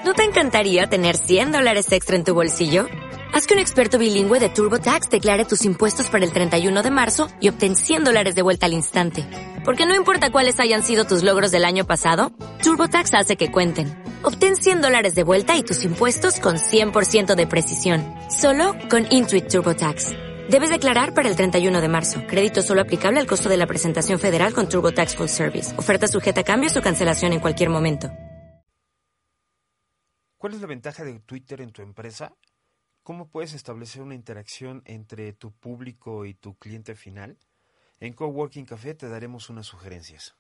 ¿No te encantaría tener $100 extra en tu bolsillo? Haz que un experto bilingüe de TurboTax declare tus impuestos para el 31 de marzo y obtén $100 de vuelta al instante. Porque no importa cuáles hayan sido tus logros del año pasado, TurboTax hace que cuenten. Obtén $100 de vuelta y tus impuestos con 100% de precisión. Solo con Intuit TurboTax. Debes declarar para el 31 de marzo. Crédito solo aplicable al costo de la presentación federal con TurboTax Full Service. Oferta sujeta a cambios o cancelación en cualquier momento. ¿Cuál es la ventaja de Twitter en tu empresa? ¿Cómo puedes establecer una interacción entre tu público y tu cliente final? En Coworking Café te daremos unas sugerencias.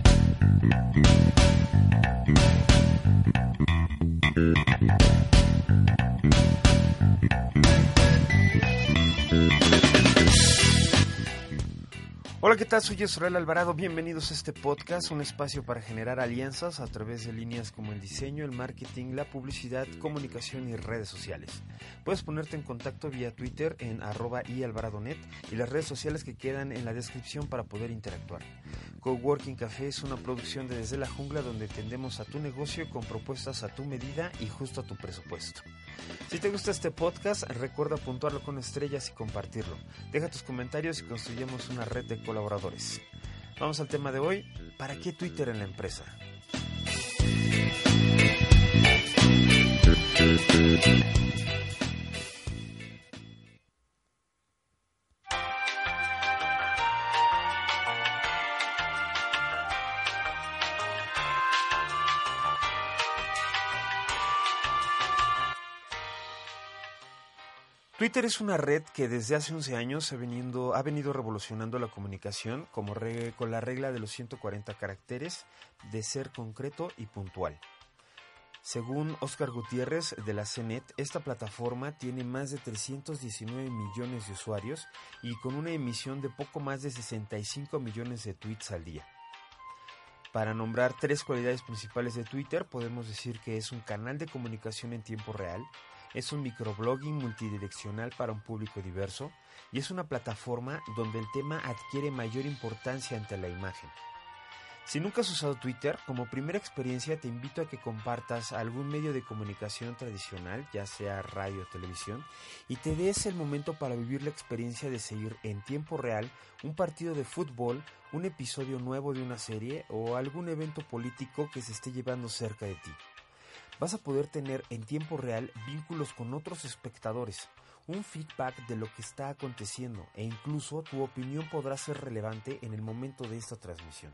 Hola, ¿qué tal? Soy Israel Alvarado. Bienvenidos a este podcast, un espacio para generar alianzas a través de líneas como el diseño, el marketing, la publicidad, comunicación y redes sociales. Puedes ponerte en contacto vía Twitter en @ialvaradonet y las redes sociales que quedan en la descripción para poder interactuar. Coworking Café es una producción de Desde la Jungla donde tendemos a tu negocio con propuestas a tu medida y justo a tu presupuesto. Si te gusta este podcast, recuerda puntuarlo con estrellas y compartirlo. Deja tus comentarios y construyamos una red de colaboradores. Vamos al tema de hoy. ¿Para qué Twitter en la empresa? Twitter es una red que desde hace 11 años ha venido revolucionando la comunicación con la regla de los 140 caracteres de ser concreto y puntual. Según Oscar Gutiérrez de la CNET, esta plataforma tiene más de 319 millones de usuarios y con una emisión de poco más de 65 millones de tweets al día. Para nombrar tres cualidades principales de Twitter, podemos decir que es un canal de comunicación en tiempo real, es un microblogging multidireccional para un público diverso y es una plataforma donde el tema adquiere mayor importancia ante la imagen. Si nunca has usado Twitter, como primera experiencia te invito a que compartas algún medio de comunicación tradicional, ya sea radio o televisión, y te des el momento para vivir la experiencia de seguir en tiempo real un partido de fútbol, un episodio nuevo de una serie o algún evento político que se esté llevando cerca de ti. Vas a poder tener en tiempo real vínculos con otros espectadores, un feedback de lo que está aconteciendo e incluso tu opinión podrá ser relevante en el momento de esta transmisión.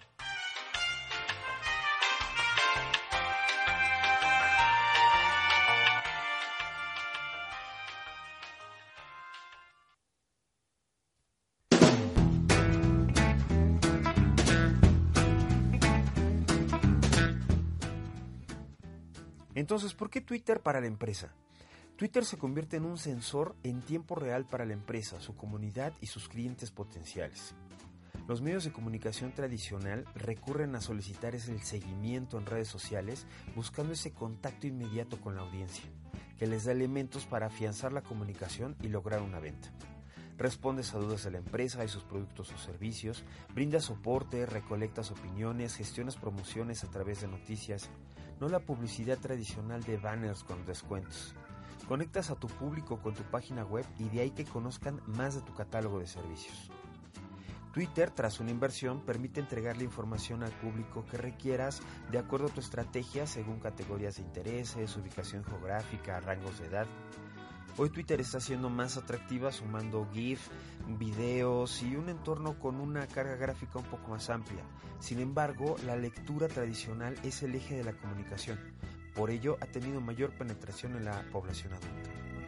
Entonces, ¿por qué Twitter para la empresa? Twitter se convierte en un sensor en tiempo real para la empresa, su comunidad y sus clientes potenciales. Los medios de comunicación tradicional recurren a solicitar el seguimiento en redes sociales buscando ese contacto inmediato con la audiencia, que les da elementos para afianzar la comunicación y lograr una venta. Respondes a dudas de la empresa y sus productos o servicios, brindas soporte, recolectas opiniones, gestionas promociones a través de noticias, no la publicidad tradicional de banners con descuentos. Conectas a tu público con tu página web y de ahí que conozcan más de tu catálogo de servicios. Twitter, tras una inversión, permite entregar la información al público que requieras de acuerdo a tu estrategia según categorías de intereses, ubicación geográfica, rangos de edad. Hoy Twitter está siendo más atractiva sumando GIF, videos y un entorno con una carga gráfica un poco más amplia. Sin embargo, la lectura tradicional es el eje de la comunicación. Por ello, ha tenido mayor penetración en la población adulta.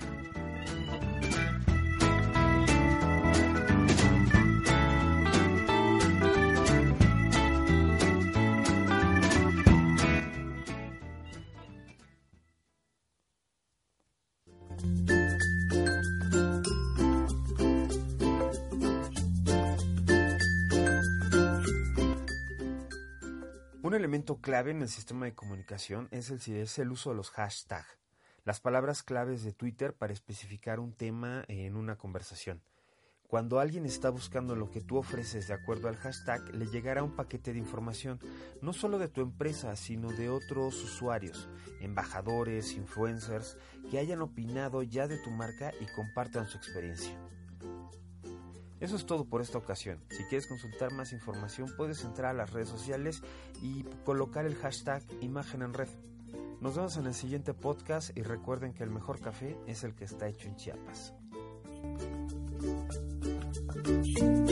Un elemento clave en el sistema de comunicación es el uso de los hashtags, las palabras claves de Twitter para especificar un tema en una conversación. Cuando alguien está buscando lo que tú ofreces de acuerdo al hashtag, le llegará un paquete de información, no solo de tu empresa, sino de otros usuarios, embajadores, influencers, que hayan opinado ya de tu marca y compartan su experiencia. Eso es todo por esta ocasión. Si quieres consultar más información, puedes entrar a las redes sociales y colocar el hashtag Imagen en Red. Nos vemos en el siguiente podcast y recuerden que el mejor café es el que está hecho en Chiapas.